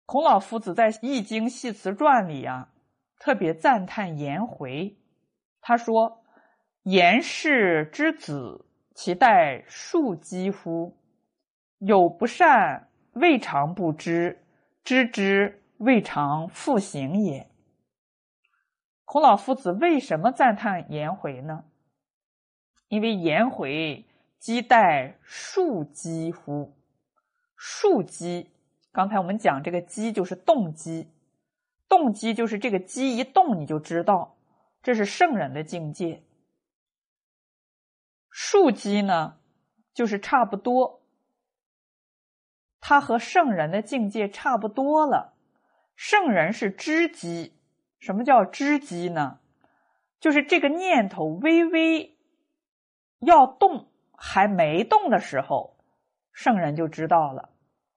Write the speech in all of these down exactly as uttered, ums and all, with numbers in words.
孔老夫子在《易经系辞传》里啊，特别赞叹颜回。他说：“颜氏之子，其待庶几乎？有不善，未尝不知，知之，未尝复行也。”孔老夫子为什么赞叹颜回呢？因为颜回积待庶几乎。庶几，刚才我们讲这个机就是动机，动机就是这个机一动你就知道，这是圣人的境界。庶几呢，就是差不多，他和圣人的境界差不多了。圣人是知机，什么叫知机呢？就是这个念头微微要动还没动的时候，圣人就知道了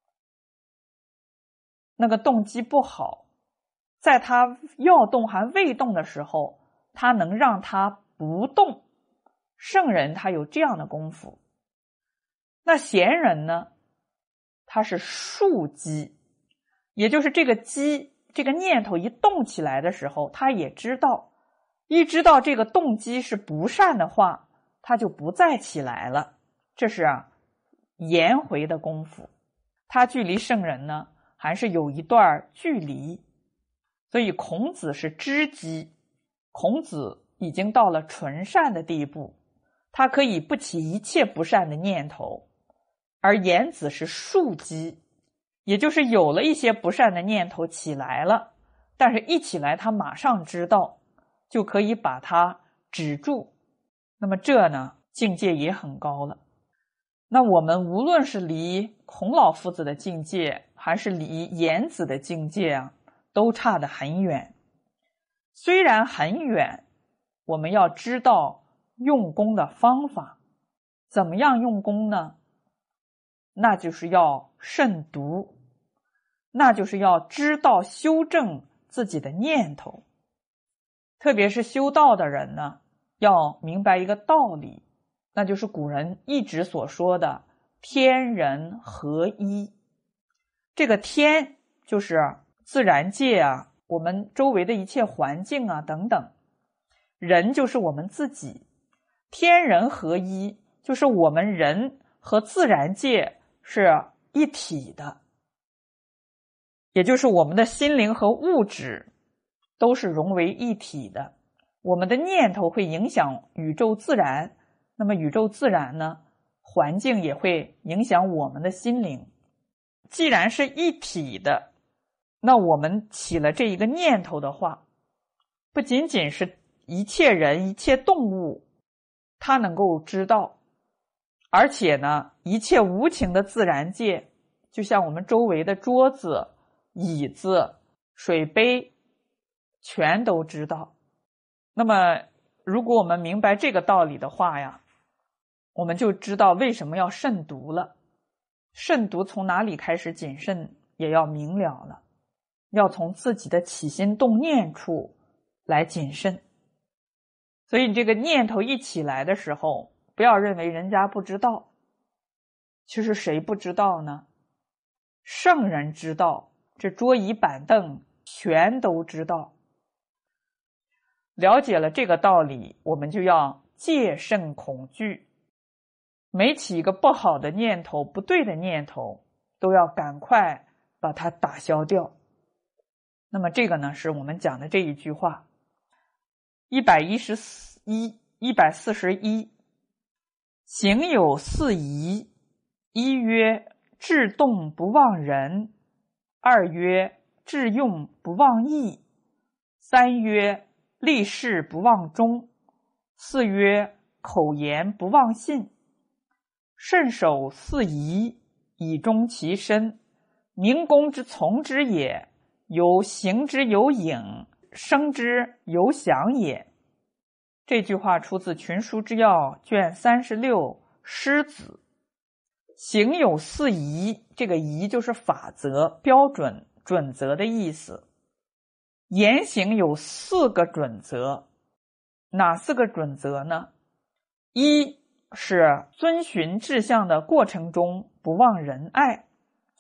那个动机不好，在他要动还未动的时候，他能让他不动。圣人他有这样的功夫。那贤人呢，他是庶机，也就是这个机这个念头一动起来的时候，他也知道，一知道这个动机是不善的话，他就不再起来了。这是啊颜回的功夫，他距离圣人呢还是有一段距离。所以孔子是知机，孔子已经到了纯善的地步，他可以不起一切不善的念头。而颜子是庶机，也就是有了一些不善的念头起来了，但是一起来他马上知道，就可以把它止住。那么这呢，境界也很高了。那我们无论是离孔老夫子的境界，还是离颜子的境界啊，都差得很远。虽然很远，我们要知道用功的方法。怎么样用功呢？那就是要慎独，那就是要知道修正自己的念头。特别是修道的人呢，要明白一个道理，那就是古人一直所说的天人合一。这个天就是自然界啊，我们周围的一切环境啊等等，人就是我们自己。天人合一就是我们人和自然界是一体的，也就是我们的心灵和物质都是融为一体的。我们的念头会影响宇宙自然，那么宇宙自然呢，环境也会影响我们的心灵。既然是一体的，那我们起了这一个念头的话，不仅仅是一切人一切动物它能够知道，而且呢，一切无情的自然界，就像我们周围的桌子、椅子、水杯，全都知道。那么如果我们明白这个道理的话呀，我们就知道为什么要慎独了。慎独从哪里开始谨慎也要明了了，要从自己的起心动念处来谨慎。所以你这个念头一起来的时候，不要认为人家不知道。其实谁不知道呢？圣人知道，这桌椅板凳全都知道。了解了这个道理，我们就要戒慎恐惧。每起一个不好的念头，不对的念头，都要赶快把它打消掉。那么这个呢，是我们讲的这一句话。一百一十一，一百四十一，行有四疑：一曰志动不忘仁，二曰志用不忘义，三曰立事不忘忠，四曰口言不忘信。慎守四疑，以终其身，明公之从之也，由行之有影，生之有想也。这句话出自《群书之要》卷三十六狮子。行有四疑，这个疑就是法则、标准、准则的意思。言行有四个准则，哪四个准则呢？一是遵循志向的过程中不忘仁爱，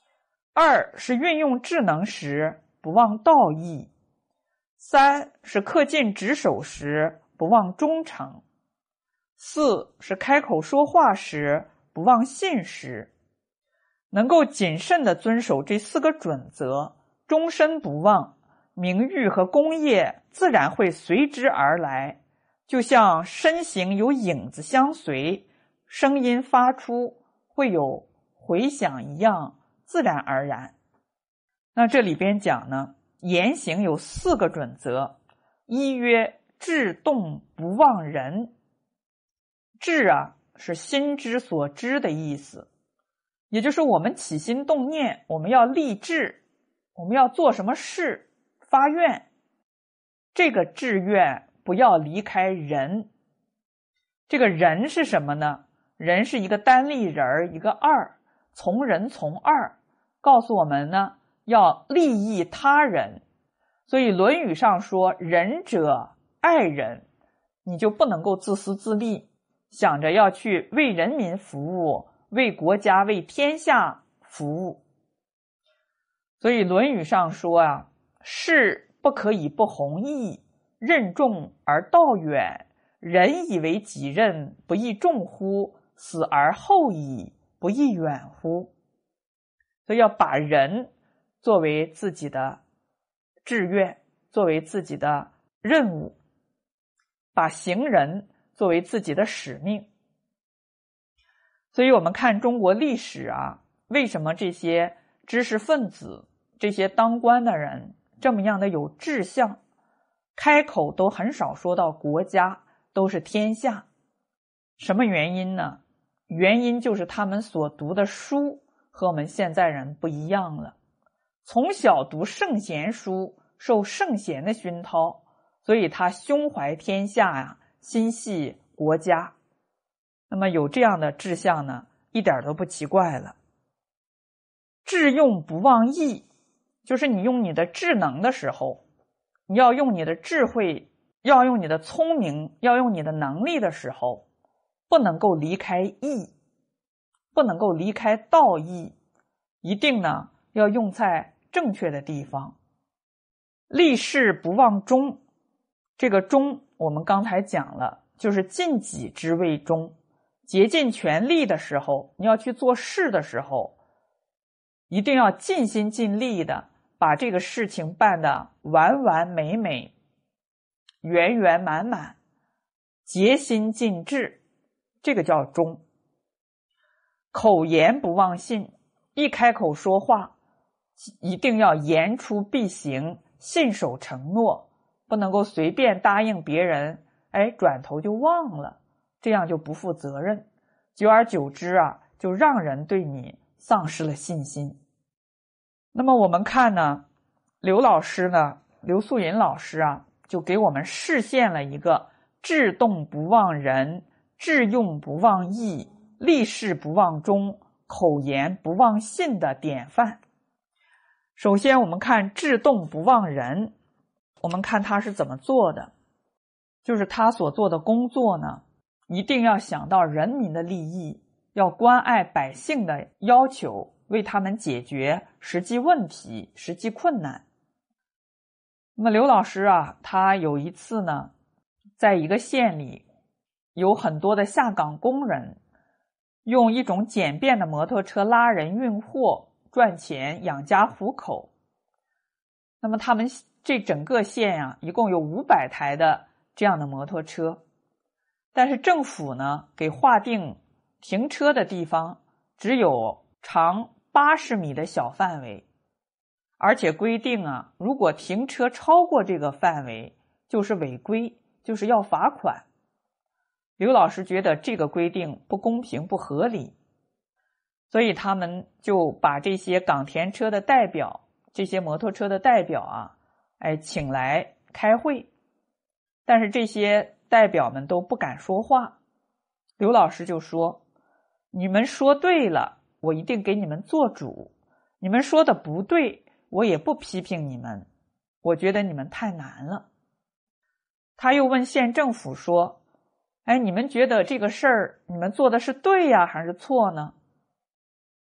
二是运用智能时不忘道义，三是恪尽职守时不忘忠诚，四是开口说话时不忘信实。能够谨慎地遵守这四个准则，终身不忘，名誉和功业自然会随之而来，就像身形有影子相随，声音发出会有回响一样，自然而然。那这里边讲呢，言行有四个准则，一曰志动不忘人。志啊，是心之所知的意思，也就是我们起心动念，我们要立志，我们要做什么事，发愿，这个志愿不要离开人。这个人是什么呢？人是一个单立人，一个二，从人从二，告诉我们呢，要利益他人。所以《论语》上说，仁者爱人，你就不能够自私自利，想着要去为人民服务，为国家为天下服务。所以《论语》上说啊，事不可以不弘毅，任重而道远，人以为己任，不亦重乎？死而后已，不亦远乎？所以要把人作为自己的志愿，作为自己的任务，把行人作为自己的使命。所以我们看中国历史啊，为什么这些知识分子，这些当官的人这么样的有志向，开口都很少说到国家，都是天下。什么原因呢？原因就是他们所读的书和我们现在人不一样了。从小读圣贤书，受圣贤的熏陶，所以他胸怀天下呀、啊，心系国家。那么有这样的志向呢，一点都不奇怪了。智用不忘义，就是你用你的智能的时候，你要用你的智慧，要用你的聪明，要用你的能力的时候，不能够离开义，不能够离开道义，一定呢要用在正确的地方。立事不忘忠，这个忠我们刚才讲了，就是尽己之谓忠。竭尽全力的时候，你要去做事的时候，一定要尽心尽力的把这个事情办得完完美美，圆圆满满，竭心尽致，这个叫忠。口言不忘信，一开口说话一定要言出必行，信守承诺，不能够随便答应别人，哎，转头就忘了，这样就不负责任，久而久之啊，就让人对你丧失了信心。那么我们看呢，刘老师呢，刘素云老师啊，就给我们示现了一个志动不忘人，智用不忘义，立事不忘忠，口言不忘信的典范。首先我们看志动不忘人，我们看他是怎么做的，就是他所做的工作呢，一定要想到人民的利益，要关爱百姓的要求，为他们解决实际问题、实际困难。那么刘老师啊，他有一次呢，在一个县里，有很多的下岗工人，用一种简便的摩托车拉人运货，赚钱养家糊口。那么他们这整个县啊，一共有五百台的这样的摩托车，但是政府呢，给划定停车的地方只有长八十米的小范围，而且规定啊，如果停车超过这个范围，就是违规，就是要罚款。刘老师觉得这个规定不公平不合理，所以他们就把这些岗田车的代表，这些摩托车的代表啊，哎，请来开会。但是这些代表们都不敢说话。刘老师就说，你们说对了，我一定给你们做主，你们说的不对，我也不批评你们，我觉得你们太难了。他又问县政府说，哎，你们觉得这个事儿你们做的是对呀还是错呢？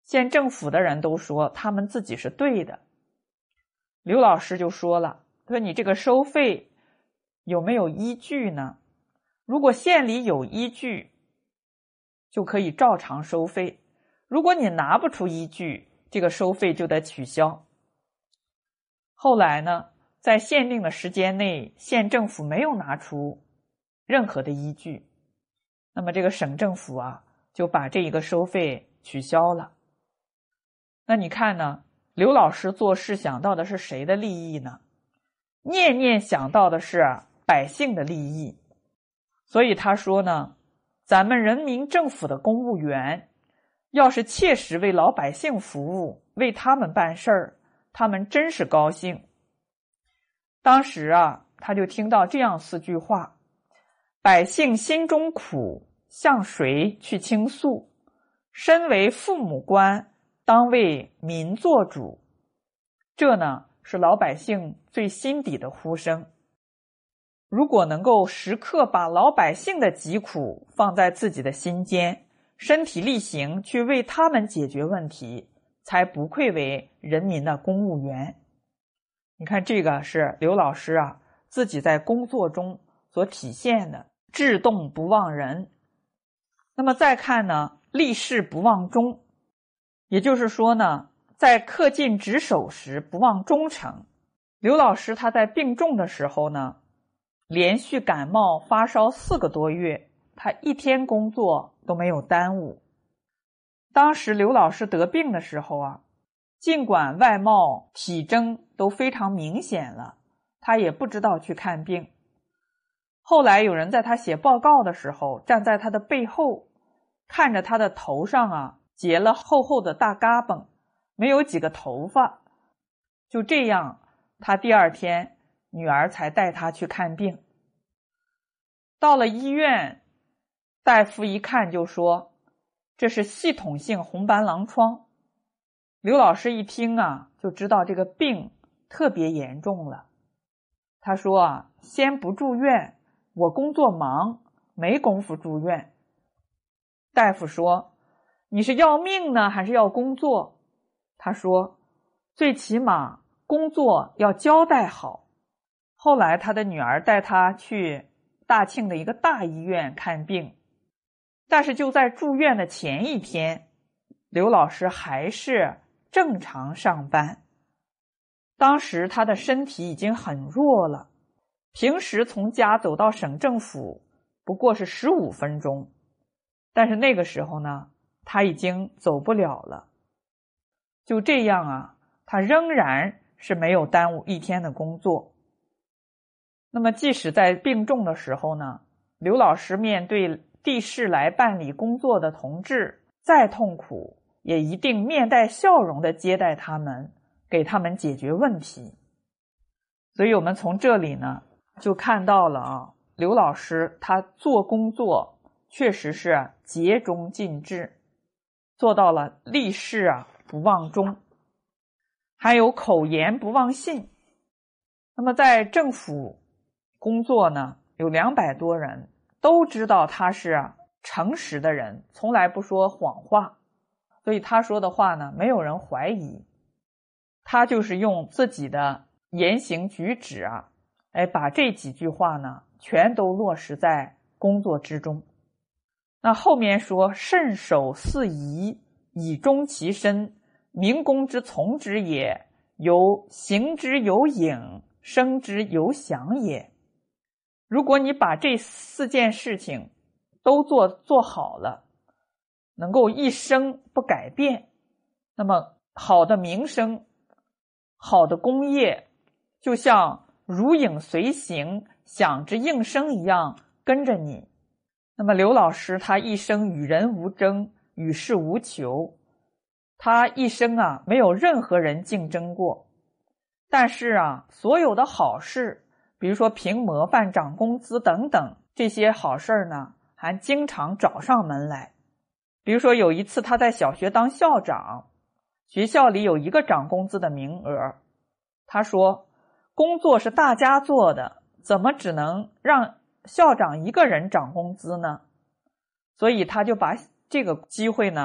县政府的人都说他们自己是对的。刘老师就说了，说你这个收费有没有依据呢？如果县里有依据，就可以照常收费，如果你拿不出依据，这个收费就得取消。后来呢，在限定的时间内，县政府没有拿出任何的依据，那么这个省政府啊，就把这一个收费取消了。那你看呢，刘老师做事想到的是谁的利益呢？念念想到的是百姓的利益。所以他说呢，咱们人民政府的公务员要是切实为老百姓服务，为他们办事儿，他们真是高兴。当时啊，他就听到这样四句话：百姓心中苦，向谁去倾诉？身为父母官，当为民做主。这呢，是老百姓最心底的呼声。如果能够时刻把老百姓的疾苦放在自己的心间，身体力行去为他们解决问题，才不愧为人民的公务员。你看，这个是刘老师啊自己在工作中所体现的志动不忘人。那么再看呢，立事不忘忠，也就是说呢，在恪尽职守时不忘忠诚。刘老师他在病重的时候呢，连续感冒发烧四个多月，他一天工作都没有耽误。当时刘老师得病的时候啊，尽管外貌体征都非常明显了，他也不知道去看病。后来有人在他写报告的时候，站在他的背后，看着他的头上啊结了厚厚的大嘎嘣，没有几个头发。就这样，他第二天女儿才带他去看病。到了医院，大夫一看就说，这是系统性红斑狼疮。刘老师一听啊，就知道这个病特别严重了。他说啊，先不住院，我工作忙，没工夫住院。大夫说，你是要命呢，还是要工作？他说，最起码工作要交代好。后来他的女儿带他去大庆的一个大医院看病，但是就在住院的前一天，刘老师还是正常上班。当时他的身体已经很弱了，平时从家走到省政府不过是十五分钟，但是那个时候呢，他已经走不了了。就这样啊，他仍然是没有耽误一天的工作。那么即使在病重的时候呢，刘老师面对地市来办理工作的同志再痛苦，也一定面带笑容地接待他们，给他们解决问题。所以我们从这里呢就看到了啊，刘老师他做工作确实是竭忠尽智，做到了立事啊不忘忠，还有口言不忘信。那么在政府工作呢，有两百多人都知道他是诚实的人，从来不说谎话，所以他说的话呢，没有人怀疑。他就是用自己的言行举止啊，哎，把这几句话呢，全都落实在工作之中。那后面说，慎守四夷，以忠其身，明公之从之也，由行之有影，生之有响也。如果你把这四件事情都做做好了，能够一生不改变，那么好的名声，好的工业，就像如影随形，响之应声一样跟着你。那么刘老师他一生与人无争，与世无求，他一生啊没有任何人竞争过，但是啊所有的好事，比如说评模范、涨工资等等，这些好事呢还经常找上门来。比如说有一次他在小学当校长，学校里有一个涨工资的名额，他说工作是大家做的，怎么只能让校长一个人涨工资呢？所以他就把这个机会呢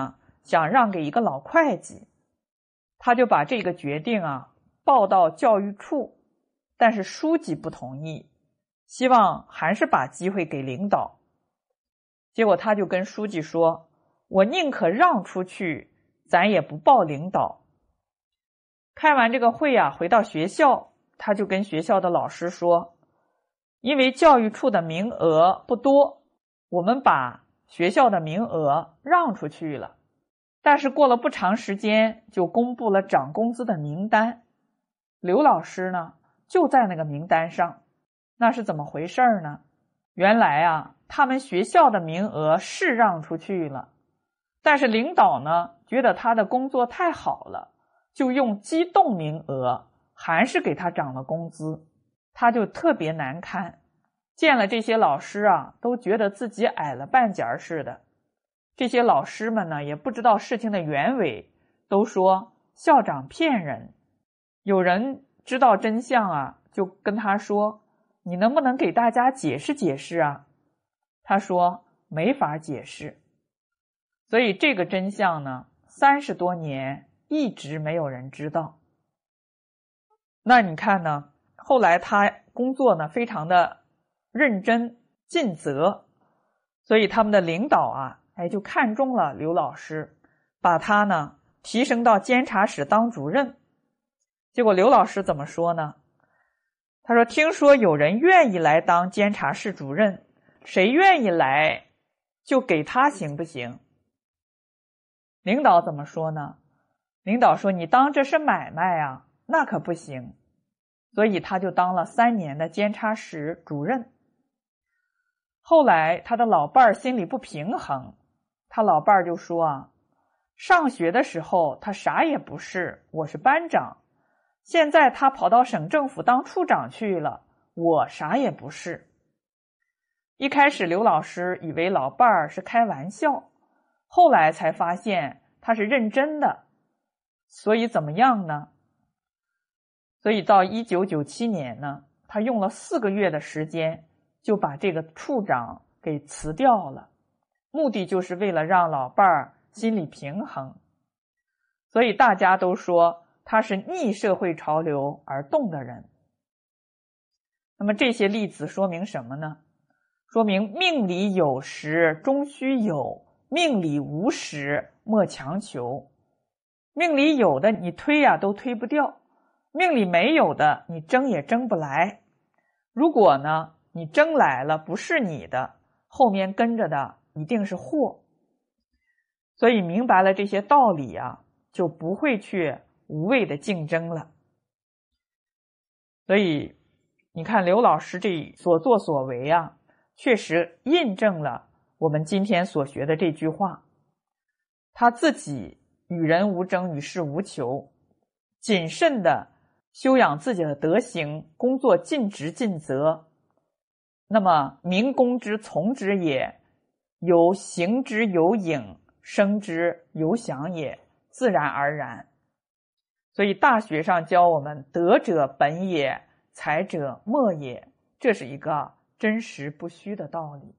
想让给一个老会计，他就把这个决定啊报到教育处，但是书记不同意，希望还是把机会给领导。结果他就跟书记说，我宁可让出去，咱也不报领导。开完这个会啊，回到学校，他就跟学校的老师说，因为教育处的名额不多，我们把学校的名额让出去了。但是过了不长时间，就公布了涨工资的名单，刘老师呢就在那个名单上。那是怎么回事呢？原来啊，他们学校的名额是让出去了，但是领导呢觉得他的工作太好了，就用机动名额还是给他涨了工资，他就特别难堪。见了这些老师啊，都觉得自己矮了半截似的。这些老师们呢，也不知道事情的原委，都说校长骗人。有人知道真相啊，就跟他说，你能不能给大家解释解释啊？他说没法解释。所以这个真相呢，三十多年一直没有人知道。那你看呢，后来他工作呢非常的认真尽责，所以他们的领导啊，哎，就看中了刘老师，把他呢提升到监察室当主任。结果刘老师怎么说呢？他说，听说有人愿意来当监察室主任，谁愿意来就给他行不行？领导怎么说呢？领导说，你当这是买卖啊，那可不行。所以他就当了三年的监察室主任。后来他的老伴儿心里不平衡，他老伴儿就说啊，上学的时候他啥也不是，我是班长，现在他跑到省政府当处长去了，我啥也不是。一开始刘老师以为老伴儿是开玩笑，后来才发现他是认真的。所以怎么样呢？所以到一九九七年呢，他用了四个月的时间就把这个处长给辞掉了，目的就是为了让老伴儿心理平衡。所以大家都说他是逆社会潮流而动的人。那么这些例子说明什么呢？说明命里有时终须有，命里无时莫强求。命里有的你推呀、啊、都推不掉，命里没有的你争也争不来。如果呢你争来了不是你的，后面跟着的一定是祸。所以明白了这些道理啊，就不会去无谓的竞争了。所以你看刘老师这所作所为啊，确实印证了我们今天所学的这句话。他自己与人无争，与世无求，谨慎的修养自己的德行，工作尽职尽责。那么民工之从之也，由行之有影，生之有响也，自然而然。所以大学上教我们，德者本也，才者末也，这是一个真实不虚的道理。